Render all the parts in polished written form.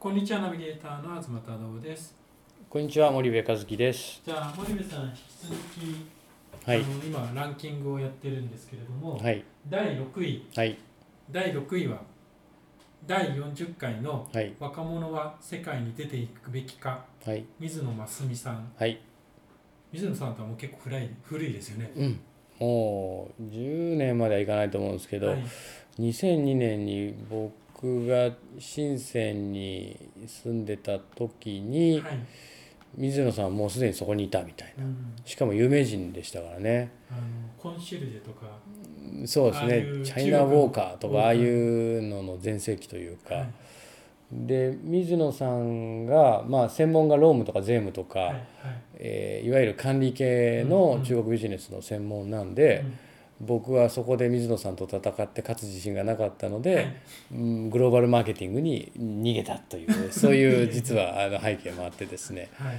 こんにちは、ナビゲーターの東忠夫です。 こんにちは、森部和樹です。 じゃあ森部さん、引き続き、 はい、 今ランキングをやってるんですけれども、 はい、 第6位、 はい、 第6位は第40回のはい、 若者は世界に出ていくべきか、 はい、 水野真澄さん。 はい、 水野さんとはもう結構古いですよね。 もう10年まではいかないと思うんですけど、 はい、 2002年に僕が深センに住んでた時に、 はい、 水野さんはもうすでにそこにいたみたいな、 うん、 しかも有名人でしたからね。 コンシェルジェとか、 そうですね、チャイナウォーカーとかああいうのの全盛期というか、 はい、 で水野さんが、専門がロームとか税務とか、 はいはいいわゆる管理系の中国ビジネスの専門なんで、僕はそこで水野さんと戦って勝つ自信がなかったので、 はい、 グローバルマーケティングに逃げたというそういう実は背景もあってですね、 はい、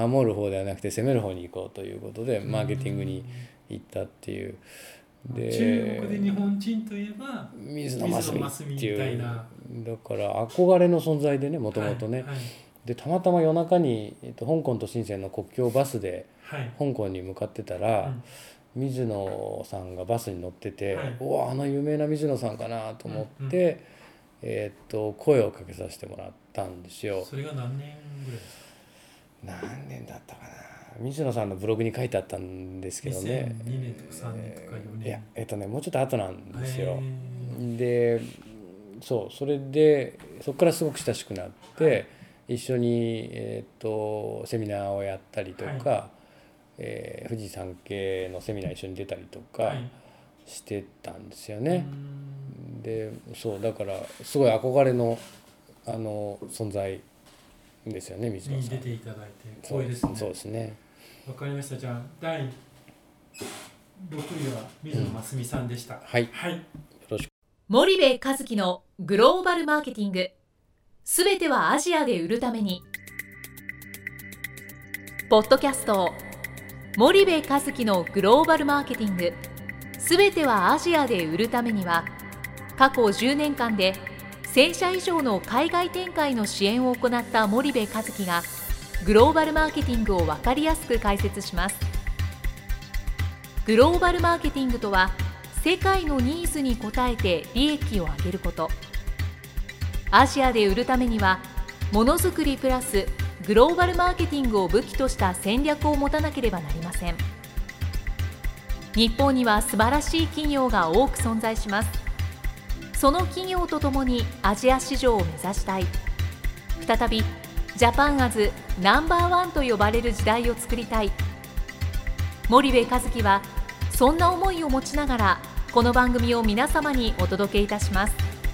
守る方ではなくて攻める方に行こうということでマーケティングに行ったっていう。 で中国で日本人といえば水野真澄っていう、だから憧れの存在でね、もともとね、 はいはい、でたまたま夜中に、香港と深センの国境バスで香港に向かってたら、水野さんがバスに乗ってて、おお、有名な水野さんかなと思って、声をかけさせてもらったんですよ。 それが何年ぐらいですか？ 何年だったかな。水野さんのブログに書いてあったんですけどね、 2002年とか3年とか4年、 いや、もうちょっと後なんですよ。で、それでそこからすごく親しくなって、一緒に、セミナーをやったりとか、富士山系のセミナー一緒に出たりとかしてたんですよね。で、だからすごい憧れの存在ですよね、水野さんに出ていただいて光栄ですね。 そうですね。 わかりました。じゃあ第6位は水野真澄さんでした。 はい、 はい、よろしく。森部和樹のグローバルマーケティング、すべてはアジアで売るために。ポッドキャスト森部和樹のグローバルマーケティング、すべてはアジアで売るためには、過去10年間で1000社以上の海外展開の支援を行った森部和樹がグローバルマーケティングを分かりやすく解説します。グローバルマーケティングとは、世界のニーズに応えて利益を上げること。アジアで売るためには、ものづくりプラスグローバルマーケティングを武器とした戦略を持たなければなりません。日本には素晴らしい企業が多く存在します。その企業とともにアジア市場を目指したい。再びジャパンアズナンバーワンと呼ばれる時代を作りたい。森部和樹はそんな思いを持ちながら、この番組を皆様にお届けいたします。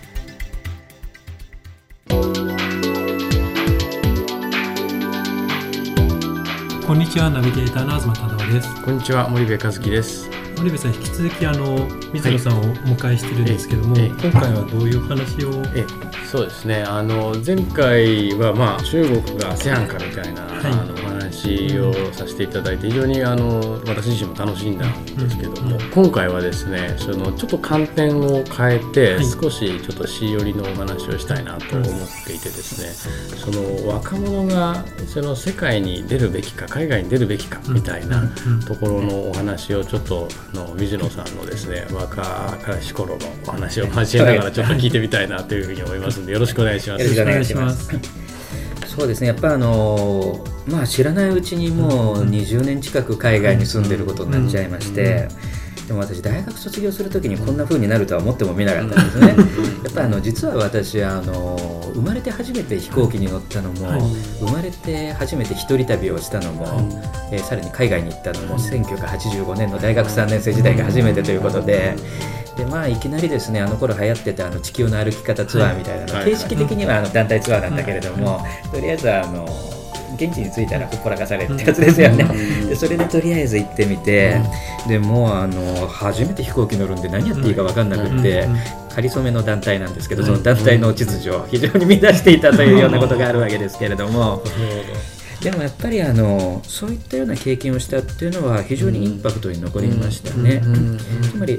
こんにちは、ナビゲーターの東忠夫です。 こんにちは、森部和樹です。 森部さん、引き続き水野さんをお迎えしてるんですけども、今回はどういう話を？ そうですね、前回は、中国がASEANかみたいな、お話をさせていただいて、非常に私自身も楽しんだんですけども、今回はですね、ちょっと観点を変えて、少しちょっとC寄りのお話をしたいなと思っていてですね、若者が世界に出るべきか海外に出るべきかみたいなところのお話をちょっと水野さんのですね、若かりし頃のお話を交えながらちょっと聞いてみたいなというふうに思いますので、よろしくお願いします。 よろしくお願いします。そうですね、やっぱ知らないうちにもう20年近く海外に住んでることになっちゃいまして、でも私大学卒業するときにこんな風になるとは思ってもみなかったんですね。やっぱ実は私生まれて初めて飛行機に乗ったのも、生まれて初めて一人旅をしたのも、さらに海外に行ったのも1985年の大学3年生時代が初めてということで、いきなりですね、頃流行ってた地球の歩き方ツアーみたいなの、形式的には団体ツアーなんだけれども、とりあえず現地に着いたらほっぽらかされるってやつですよね。でそれでとりあえず行ってみて、でもう初めて飛行機乗るんで何やっていいか分かんなくって、かりそめの団体なんですけど、その団体の秩序を非常に乱していたというようなことがあるわけですけれども、でもやっぱりそういったような経験をしたっていうのは非常にインパクトに残りましたね。つまり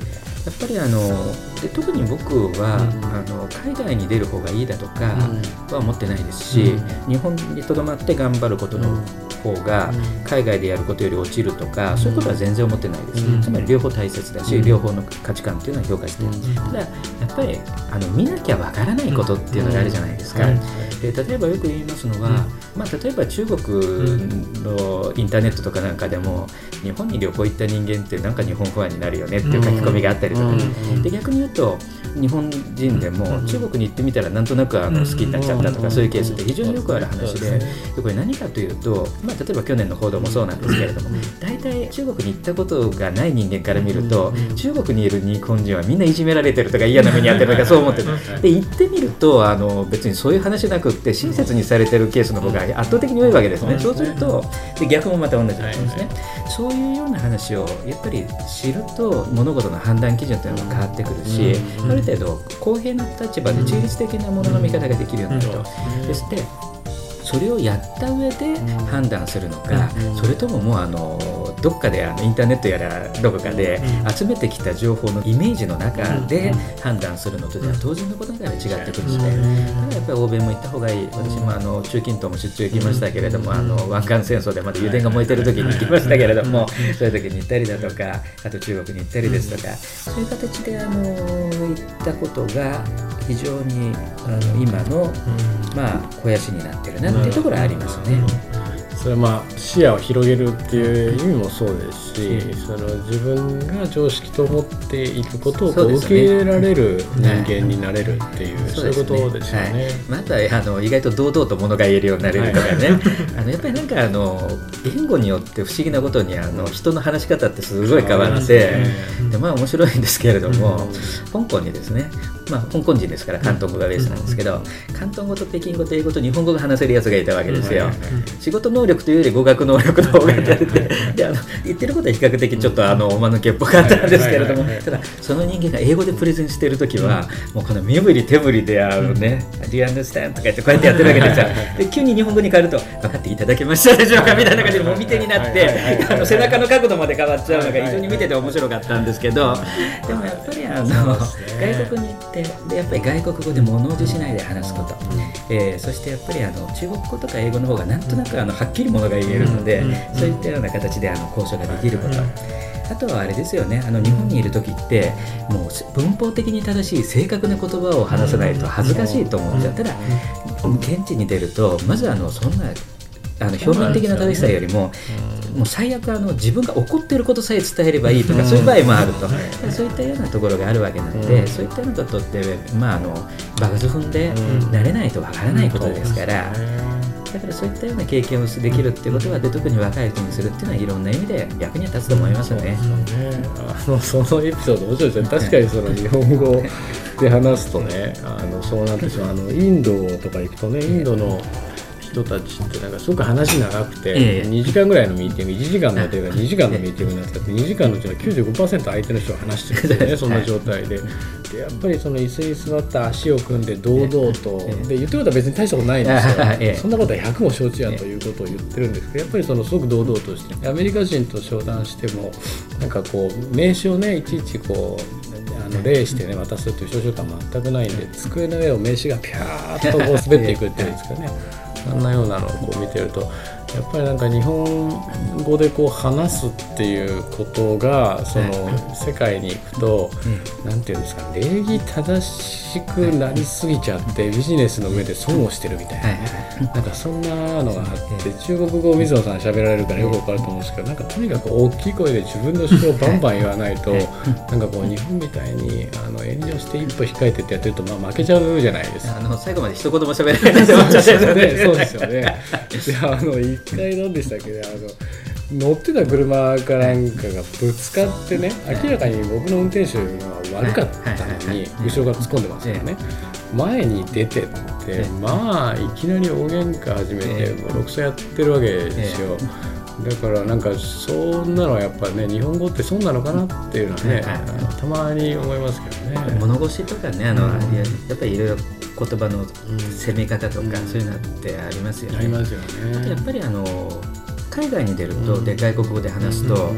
ぱりで特に僕は、海外に出る方がいいだとかは思ってないですし、日本にとどまって頑張ることの方が海外でやることより落ちるとか、そういうことは全然思ってないです、つまり両方大切だし、両方の価値観っていうのは評価してる、ただやっぱり見なきゃわからないことっていうのがあるじゃないですか。で例えばよく言いますのは、例えば中国のインターネットとかなんかでも、日本に旅行行った人間ってなんか日本ファンになるよねっていう書き込みがあったりとか、で逆に言うと日本人でも中国に行ってみたらなんとなく好きになっちゃったとか、そういうケースって非常によくある話で、これ何かというと、例えば去年の報道もそうなんですけれども、大体中国に行ったことがない人間から見ると、中国にいる日本人はみんないじめられてるとか嫌な目に遭ってるとかそう思ってる。で行ってみると別にそういう話なくって親切にされてるケースの方が圧倒的に多いわけですね。そうするとで逆もまた同じなんですね。そういうような話をやっぱり知ると物事の判断基準というのが変わってくるし、ある程度公平な立場で中立的なものの見方ができるようになると。ですのでそれをやった上で判断するのか、それとももうどっかでインターネットやらどこかで集めてきた情報のイメージの中で判断するのとでは当然のことながら違ってくるので、だからやっぱり欧米も行った方がいい。私も中近東も出張行きましたけれども、湾岸戦争でまだ油田が燃えてる時に行きましたけれども、そういう時に行ったりだとか、あと中国に行ったりですとか、そういう形で行ったことが非常に今の肥やしになってるなっていうところはありますね。 それは視野を広げるっていう意味もそうですし、自分が常識と思っていることを受け入れられる人間になれるっていう、そういうことですよね。 また意外と堂々と物が言えるようになれるとかね、やっぱりなんか言語によって不思議なことに人の話し方ってすごい変わって、で面白いんですけれども、香港にですね、香港人ですから広東語がベースなんですけど、広東語と北京語と英語と日本語が話せるやつがいたわけですよ。仕事能力というより語学能力の方が出てて、で言ってることは比較的ちょっとおまぬけっぽかったんですけれども、ただその人間が英語でプレゼンしているときは、もうこの身振り手振りでね、Do you understand? とか言ってこうやってやってるわけですよ。で急に日本語に変わると分かっていただけましたでしょうかみたいな感じでもみ手になって背中の角度まで変わっちゃうのが非常に見てて面白かったんですけど、でもやっぱり外国に行ってでやっぱり外国語で物おじしないで話すこと、そしてやっぱり中国語とか英語の方がなんとなくはっきりものが言えるので、そういったような形で交渉ができること、あとはあれですよね、日本にいる時ってもう文法的に正しい正確な言葉を話さないと恥ずかしいと思っちゃう。ただ現地に出るとまずそんな表面的な正しさよりも、もう最悪自分が怒っていることさえ伝えればいいとか、そういう場合もあると、そういったようなところがあるわけなので、そういったようなことって場数踏んで慣れないとわからないことですから、だからそういったような経験をできるっていうことは、で特に若い人にするっていうのはいろんな意味で役には立つと思いますよね。 そのエピソード面白いですね。確かに日本語で話すとね、そうなってしまう。インドとか行くとね、インドの人たちってなんかすごく話長くて、2時間ぐらいのミーティング、1時間の予定が2時間のミーティングになってて、2時間のうちの 95% 相手の人が話してるんですよね。そんな状態で、やっぱり椅子に座った足を組んで堂々と、で言ってることは別に大したことないんですよ。そんなことは100も承知やということを言ってるんですけど、やっぱりすごく堂々として、アメリカ人と商談してもなんか名刺をねいちいち礼してね渡すという少々感全くないんで、机の上を名刺がピャーッと滑っていくっていうんですかね。そんなようなのを見てると、やっぱりなんか日本語で話すっていうことが世界に行くと、なんていうんですか、礼儀正しくなりすぎちゃってビジネスの上で損をしてるみたいなね、なんかそんなのがあって、中国語を水野さん喋られるからよくわかると思うんですけど、なんかとにかく大きい声で自分の主張をバンバン言わないと、なんか日本みたいに遠慮して一歩控えてってやってると負けちゃうじゃないですか。 最後まで一言も喋らないで終わっちゃうね。 そうですよね。一回何でしたっけね、乗ってた車かなんかがぶつかってね、明らかに僕の運転手が悪かったのに後ろから突っ込んでますからね、前に出てって、いきなり大喧嘩始めてボロクソやってるわけですよ。だからなんかそんなのはやっぱね、日本語ってそうなのかなっていうのはね、たまに思いますけどね。 物腰とかね、やっぱりいろいろ言葉の攻め方とか、そういうのってありますよね。 ありますよね。 あとやっぱり海外に出ると、で外国語で話すと、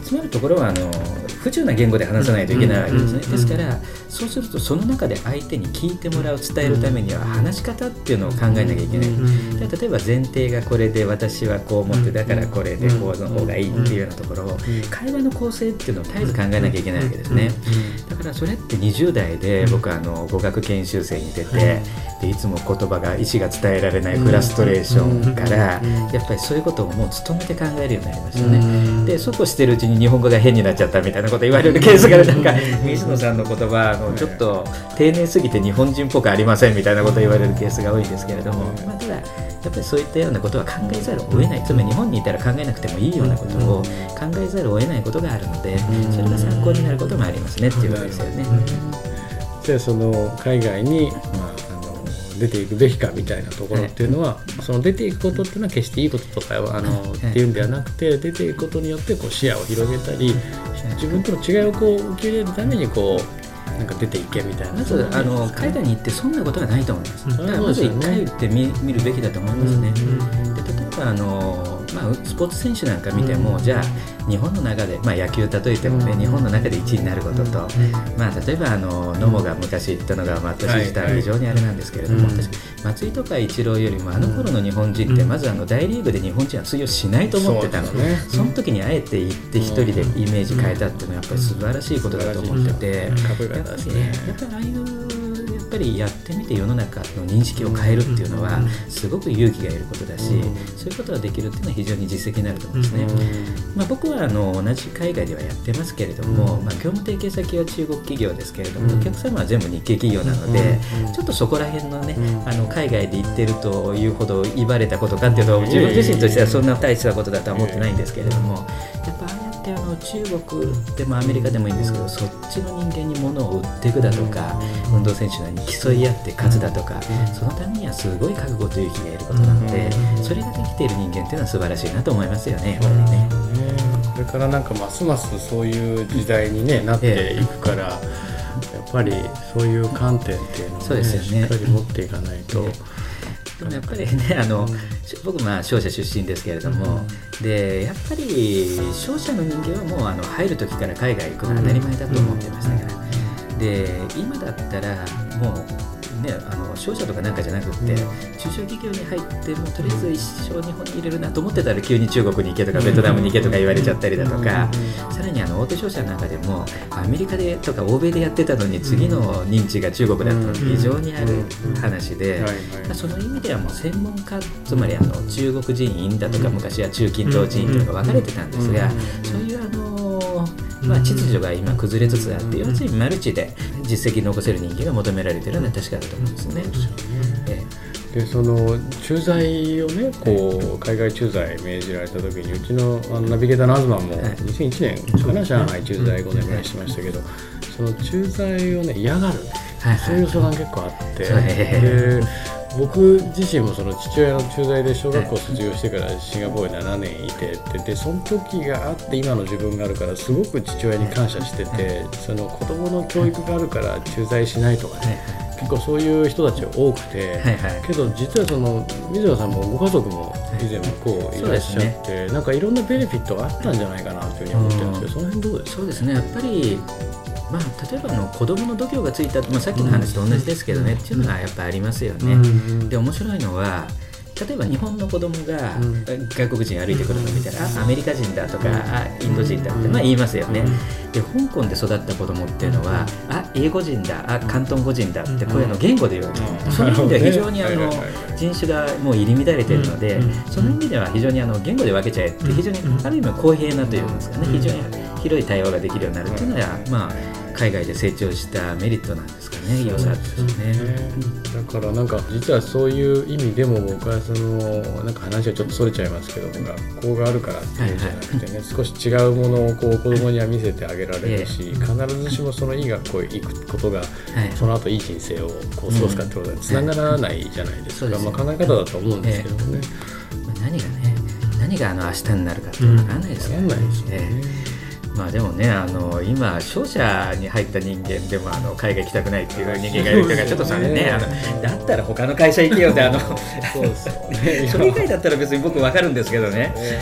つまるところは不自由な言語で話さないといけないわけですね。ですからそうするとその中で相手に聞いてもらう、伝えるためには話し方っていうのを考えなきゃいけない。で例えば前提がこれで私はこう思ってだからこれでこうの方がいいっていうようなところを会話の構成っていうのを絶えず考えなきゃいけないわけですね。だからそれって20代で僕は語学研修生に出て、でいつも言葉が意思が伝えられないフラストレーションからやっぱりそういうことをもう努めて考えるようになりましたね。でそうこうしてるうちに日本語が変になっちゃったみたいなこと言われるケースがなんか水野さんの言葉ちょっと丁寧すぎて日本人っぽくありませんみたいなことを言われるケースが多いんですけれども、ただやっぱりそういったようなことは考えざるを得ない、つまり日本にいたら考えなくてもいいようなことを考えざるを得ないことがあるので、それが参考になることもありますねっていうことですよね。 じゃあその海外に、出ていくべきかみたいなところっていうのは、その出ていくことっていうのは決していいこととかっていうんではなくて、出ていくことによってこう視野を広げたり、自分との違いをこう受け入れるためにこうなんか出ていけみたいな。 まず海外に行ってそんなことはないと思います。だからまず一回行って見るべきだと思いますね。で例えばスポーツ選手なんか見ても、じゃあ日本の中で、野球例えてもね、日本の中で1位になることと、例えば野茂が昔言ったのが私自体は非常にあれなんですけれども、私松井とかイチローよりも頃の日本人ってまず大リーグで日本人は通用しないと思ってたので、その時にあえて行って一人でイメージ変えたっていうのはやっぱり素晴らしいことだと思ってて、やっぱりああいうやっぱりやってみて世の中の認識を変えるっていうのはすごく勇気がいることだし、そういうことができるっていうのは非常に実績になると思うんですね。僕は同じ海外ではやってますけれども、業務提携先は中国企業ですけれども、お客様は全部日系企業なので、ちょっとそこら辺のね海外で行ってるというほど言われたことかっていうと自分自身としてはそんな大したことだとは思ってないんですけれども、やっぱ中国でもアメリカでもいいんですけど、そっちの人間に物を売っていくだとか、運動選手なりに競い合って勝つだとか、そのためにはすごい覚悟と勇気がいることなので、それができている人間っていうのは素晴らしいなと思いますよね、やっぱりね。 これからなんかますますそういう時代に、なっていくから、やっぱりそういう観点っていうのを、しっかり持っていかないと。 でもやっぱりね僕商社出身ですけれども、でやっぱり商社の人間はもう入る時から海外行くのが当たり前だと思ってましたから、で今だったらもう商社とかなんかじゃなくって、中小企業に入ってもとりあえず一生日本に入れるなと思ってたら急に中国に行けとかベトナムに行けとか言われちゃったりだとか、さらに大手商社の中でもアメリカでとか欧米でやってたのに次の認知が中国だったので非常にある話で、その意味ではもう専門家、つまり中国人員だとか昔は中近東人員とか分かれてたんですが、そういう秩序が今崩れつつあって、要するにマルチで実績を残せる人間が求められているのは確かだと思うんですね。 でその駐在をね海外駐在命じられた時に、うちのナビゲーターの東も2001年かな、上海駐在5年ぐらいしましたけど、その駐在を嫌がる、そういう相談結構あって、で僕自身もその父親の駐在で小学校卒業してからシンガポールに7年いて、でその時があって今の自分があるからすごく父親に感謝してて、その子供の教育があるから駐在しないとかね、結構そういう人たちが多くて、けど実はその水野さんもご家族も以前もいらっしゃって、なんかいろんなベネフィットがあったんじゃないかなというふうに思ってるんですけど、その辺どうですか？ そうですね、やっぱり例えば子供の度胸がついた、さっきの話と同じですけどね、っていうのがやっぱありますよね。で面白いのは、例えば日本の子供が外国人歩いてくるのを見たら、アメリカ人だとかインド人だって言いますよね。で香港で育った子供っていうのは英語人だ、広東語人だってこういうの言語で言うわけ、その意味では非常に人種がもう入り乱れているので、その意味では非常に言語で分けちゃえって非常にある意味公平なというんですかね、非常に広い対話ができるようになるっていうのは海外で成長したメリットなんですかね、良さですね。 だからなんか実はそういう意味でも僕はなんか話はちょっとそれちゃいますけど、学校があるからっていうんじゃなくてね、少し違うものを子供には見せてあげられるし、必ずしもそのいい学校へ行くことが、その後いい人生を過ごすかってことにつながらないじゃないですか。考え方だと思うんですけどもね。 何が明日になるかって分からないですからね。でもね、今商社に入った人間でも海外行きたくないっていう人間がいるから、ちょっとそれね、だったら他の会社行けよってそうですよそれ以外だったら別に僕分かるんですけどね、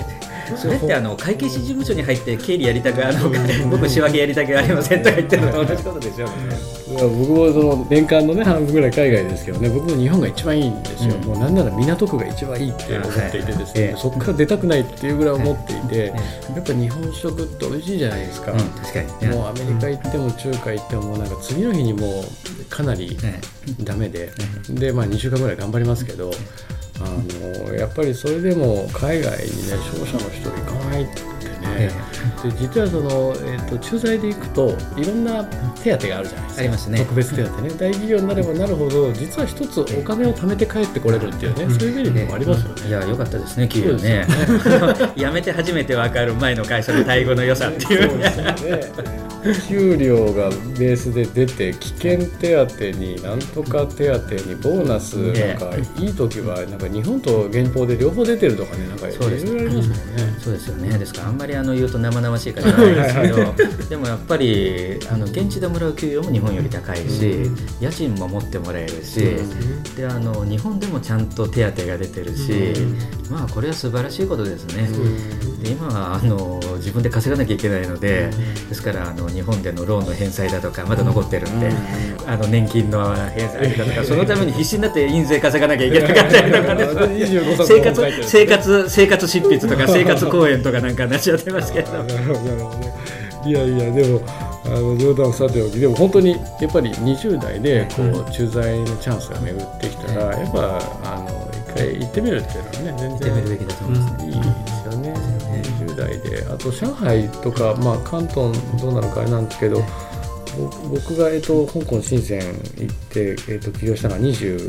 それって会計士事務所に入って経理やりたく僕仕分けやりたくありませんとか言ってるのと同じことでしょ。 僕もその年間のね半分ぐらい海外ですけどね、僕も日本が一番いいんですよ、もうなんなら港区が一番いいって思っていてですね、そこから出たくないっていうぐらい思っていて、やっぱ日本食って美味しいじゃないですか、 確かにもうアメリカ行っても中華行ってももうなんか次の日にもうかなりダメで、で2週間ぐらい頑張りますけど、やっぱりそれでも海外にね商社の人が行かないってね、で実はその、駐在で行くといろんな手当があるじゃないですか。 ありますね。 特別手当ね。大企業になればなるほど実は一つお金を貯めて帰ってこれるっていうね、そういうメリットもありますよね。 いや良かったですね、企業ね。辞めて初めて分かる前の会社の待遇の良さっていう。 そうですよね。給料がベースで出て危険手当になんとか手当にボーナスなんかいい時はなんか日本と現報で両方出てるとかね、なんかいろいろありますもんね。 そうですよね。ですからあんまり言うと生々しいからないですけどでもやっぱり現地でもらう給与も日本より高いし、家賃も持ってもらえるし、で日本でもちゃんと手当が出てるし、まあこれは素晴らしいことですね。で今は自分で稼がなきゃいけないので、ですから日本でのローンの返済だとかまだ残ってるんで、年金の返済だとかそのために必死になって印税稼がなきゃいけなかったりとかね生活執筆とか生活講演とかなんかなっちゃってますけど。 いやいやでも冗談さておき、でも本当にやっぱり20代でこう駐在のチャンスが巡ってきたら、やっぱ一回行ってみるっていうのはね全然行ってみるべきだと思いますね。 いいですよね。20代であと上海とか、関東どうなのかあれなんですけど、僕が、香港深セン行って、起業したのが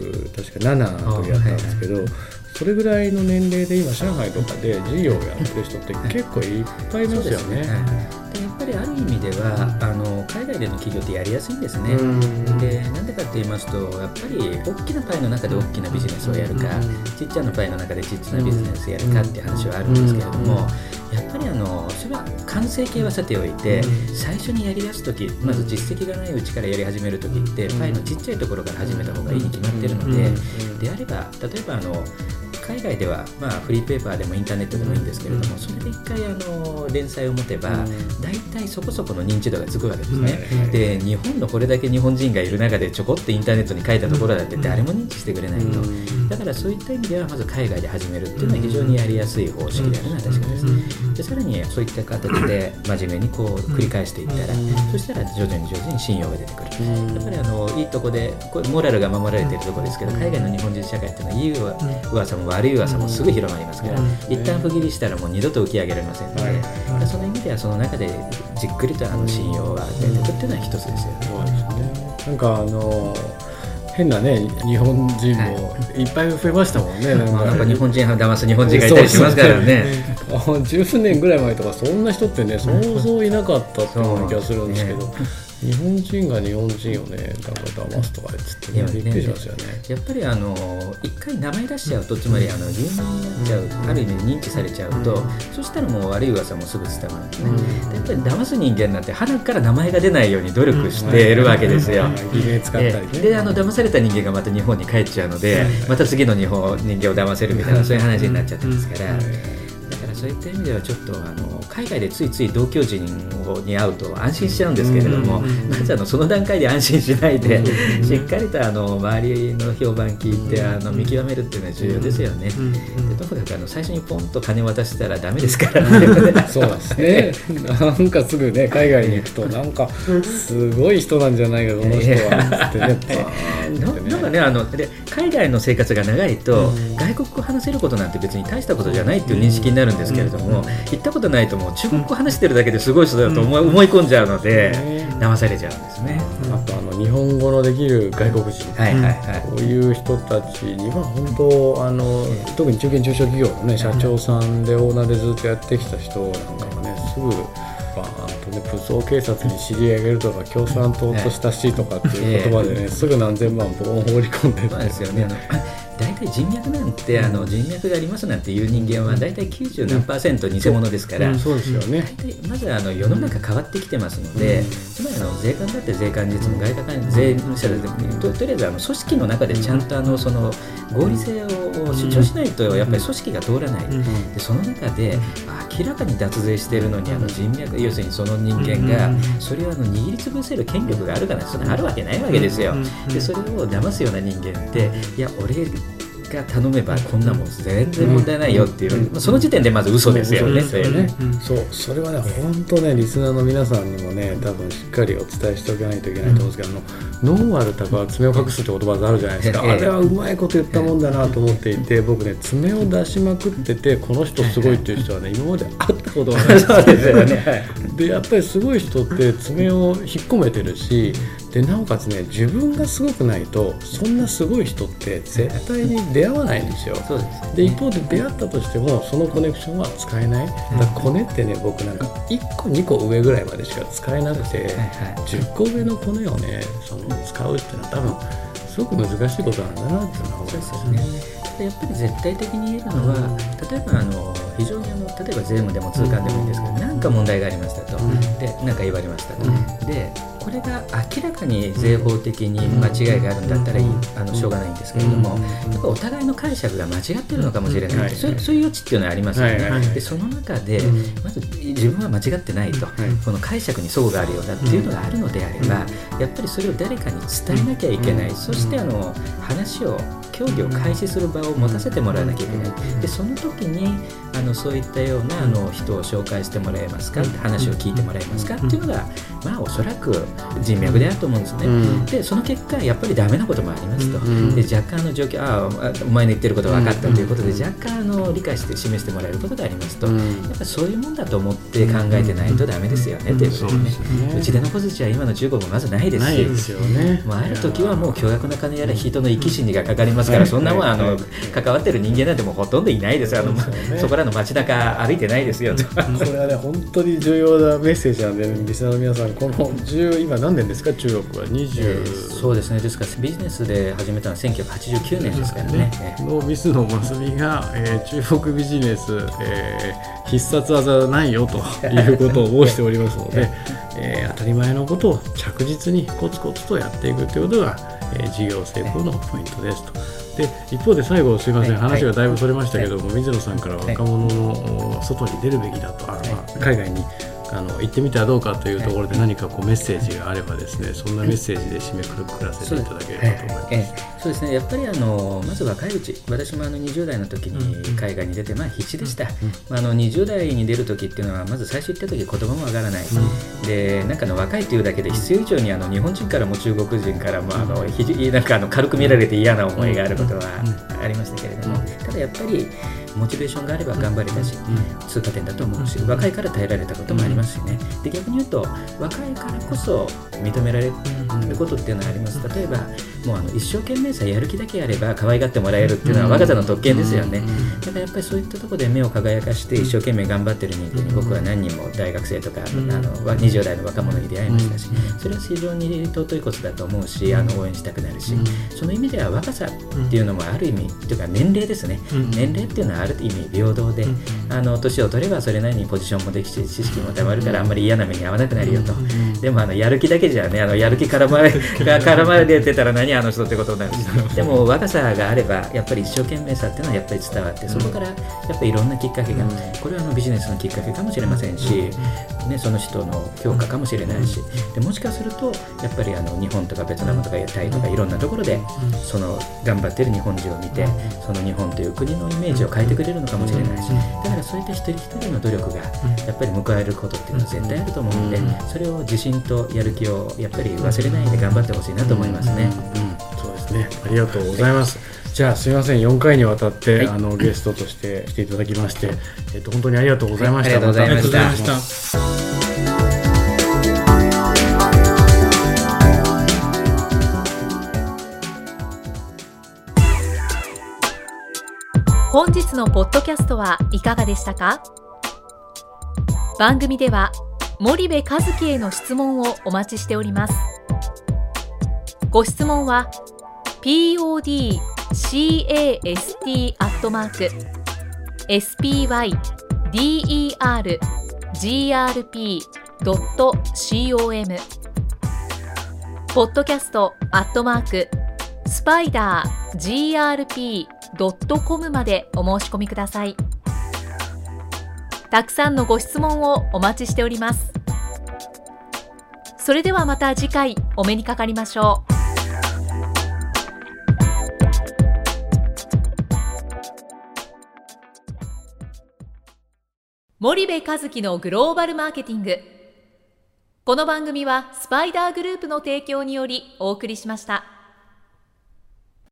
27の時だったんですけど、それぐらいの年齢で今上海とかで事業をやってる人って結構いっぱいいますよね。 でやっぱりある意味では海外での企業ってやりやすいんですね。でなんでかって言いますと、やっぱり大きなパイの中で大きなビジネスをやるか、ちっちゃなパイの中でちっちゃなビジネスをやるかっていう話はあるんですけれども、やっぱりそれは完成形はさておいて、最初にやり出すとき、まず実績がないうちからやり始めるときってパイのちっちゃいところから始めた方がいいに決まっているので、であれば例えば海外では、フリーペーパーでもインターネットでもいいんですけれども、それで一回連載を持てば大体そこそこの認知度がつくわけですね。で日本のこれだけ日本人がいる中でちょこっとインターネットに書いたところだって誰も認知してくれないと。だからそういった意味ではまず海外で始めるっていうのは非常にやりやすい方式であるのは確かです。でさらにそういった形で真面目に繰り返していったら、そしたら徐々に信用が出てくる。やっぱりいいとこでこれモラルが守られているところですけど、海外の日本人社会っていうのはいい噂も悪い噂もすぐ広まりますから、一旦不義理したらもう二度と浮き上げられませんので、その意味ではその中でじっくりと信用が出てくるっていうのは一つですよね。 そうですね。なんか変なね日本人もいっぱい増えましたもんね。 なんか日本人騙す日本人がいたりしますからね。 10年ぐらい前とかそんな人ってねそうそういなかったっていう気がするんですけど、日本人が日本人をねなんか騙すとか言ってびっくりしますよね。やっぱり一回名前出しちゃうと、つまり有名になっちゃう、ある意味認知されちゃうと、そしたらもう悪い噂もすぐ伝わるんですね。やっぱり騙す人間なんて鼻から名前が出ないように努力しているわけですよ。 偽名使ったりね。 で騙された人間がまた日本に帰っちゃうので、また次の人間を騙せるみたいなそういう話になっちゃってますから。だからそういった意味ではちょっと海外でついつい同居人に会うと安心しちゃうんですけれども、まずその段階で安心しないで、しっかりと周りの評判聞いて見極めるっていうのは重要ですよね。でとにかく最初にポンと金渡したらダメですからね。 そうですね。なんかすぐね海外に行くとなんかすごい人なんじゃないかこの人はってね。 なんかねで海外の生活が長いと、外国語話せることなんて別に大したことじゃないっていう認識になるんですけれども、行ったことないともう中国語話してるだけですごい人だと思い込んじゃうので、騙されちゃうんですね。 あと日本語のできる外国人、こういう人たちには本当特に中堅中小企業のね社長さんでオーナーでずっとやってきた人なんかはねすぐ武装警察に知り上げるとか共産党と親しいとかっていう言葉でねすぐ何千万ボン放り込んでる。 そうですよね。大体人脈なんて人脈がありますなんていう人間は大体90何%偽物ですから、 そうですよね。 大体まず世の中変わってきてますので、つまり税関だって税関実務外貨税務者だってとりあえず組織の中でちゃんとその合理性を主張しないとやっぱり組織が通らない、でその中で明らかに脱税しているのに人脈、要するにその人間がそれを握りつぶせる権力があるかな、そんなあるわけないわけですよ。でそれを騙すような人間って、いや俺が頼めばこんなもん全然問題ないよっていう、その時点でまず嘘ですよね。それはね本当ねリスナーの皆さんにもね多分しっかりお伝えしておかないといけないと思うんですけど、ノンアルタカは爪を隠すって言葉があるじゃないですか、あれはうまいこと言ったもんだなと思っていて、僕ね爪を出しまくっててこの人すごいっていう人はね今まで会ったことがないですよね。でやっぱりすごい人って爪を引っ込めてるし、でなおかつね自分がすごくないとそんなすごい人って絶対に出会わないんですよ。で一方で出会ったとしてもそのコネクションは使えない。だからコネってね僕なんか1個2個上ぐらいまでしか使えなくて、10個上のコネをね使うっていうのは多分すごく難しいことなんだなっていうのは思いますね。 やっぱり絶対的に言えるのは、例えば非常に例えば税務でも通関でもいいんですけど、何か問題がありましたと、で何か言われましたと、でこれが明らかに税法的に間違いがあるんだったらしょうがないんですけれども、やっぱお互いの解釈が間違ってるのかもしれない、そういう余地っていうのはありますよね。でその中でまず自分は間違ってないと、この解釈に齟齬があるようだっていうのがあるのであれば、やっぱりそれを誰かに伝えなきゃいけない、そして話を協議を開始する場を持たせてもらわなきゃいけない。でその時にそういったような人を紹介してもらえますか、話を聞いてもらえますかっていうのが、おそらく人脈であると思うんですね。でその結果やっぱりダメなこともありますと、で若干の状況、お前の言ってること分かったということで若干理解して示してもらえることがありますと、やっぱりそういうもんだと思って考えてないとダメですよねっていうことですね。うちでの小槌は今の中国もまずないですし、ある時はもう巨額な金やら人の生き死にがかかりますから、そんなもん関わってる人間なんてもうほとんどいないですよ。そこらの街中歩いてないですよと。 これはね本当に重要なメッセージなんで、リスナーの皆さん、この今何年ですか中国は20、 そうですね、ですからビジネスで始めたのは1989年ですからね。 の水野真澄が、中国ビジネス、必殺技ないよということを申しておりますので、当たり前のことを着実にコツコツとやっていくということが、事業成功のポイントですと。で一方で最後すいません、話がだいぶそれましたけども、水野さんから若者の外に出るべきだと、海外に行ってみてはどうかというところで何かメッセージがあればですね、そんなメッセージで締めくくらせていただければと思います。 そうですね、やっぱりまず若いうち、私も20代の時に海外に出て必死でした。20代に出る時っていうのはまず最初行った時言葉もわからない、でなんか若いというだけで必要以上に日本人からも中国人からもなんか軽く見られて嫌な思いがあることはありましたけれども、ただやっぱりモチベーションがあれば頑張れたし、通過点だと思うし、若いから耐えられたこともありますしね。で逆に言うと若いからこそ認められることっていうのはあります。例えばもう一生懸命さえやる気だけやれば可愛がってもらえるっていうのは若さの特権ですよね。だからやっぱりそういったところで目を輝かして一生懸命頑張ってる人間に僕は何人も大学生とか20代の若者に出会いましたし、それは非常に尊いことだと思うし、応援したくなるし、その意味では若さっていうのもある意味というか年齢ですね。年齢っていうのはある意味平等で、年を取ればそれなりにポジションもできて知識もたまるからあんまり嫌な目に遭わなくなるよと。でもやる気だけじゃね、やる気絡まれてたら何あの人ってことになるし、でも若さがあればやっぱり一生懸命さっていうのはやっぱり伝わって、そこからやっぱりいろんなきっかけが、これはビジネスのきっかけかもしれませんし、ね、その人の評価かもしれないし、でもしかするとやっぱり日本とかベトナムとかタイとかいろんなところでその頑張ってる日本人を見て、その日本という国のイメージを変えてくれるのかもしれないし、だからそういった一人一人の努力がやっぱり報われることっていうのは絶対あると思うので、それを自信とやる気をやっぱり忘れないで頑張ってほしいなと思いますね。 そうですね、ありがとうございます。じゃあすみません、4回にわたって、ゲストとして来ていただきまして、本当にありがとうございました。 ありがとうございました。 本日のポッドキャストはいかがでしたか？番組では森部一樹への質問をお待ちしております。ご質問は podcast@spydergrp.com spidergrp.com までお申し込みください。たくさんのご質問をお待ちしております。それではまた次回お目にかかりましょう。森部一樹のグローバルマーケティング。この番組はスパイダーグループの提供によりお送りしました。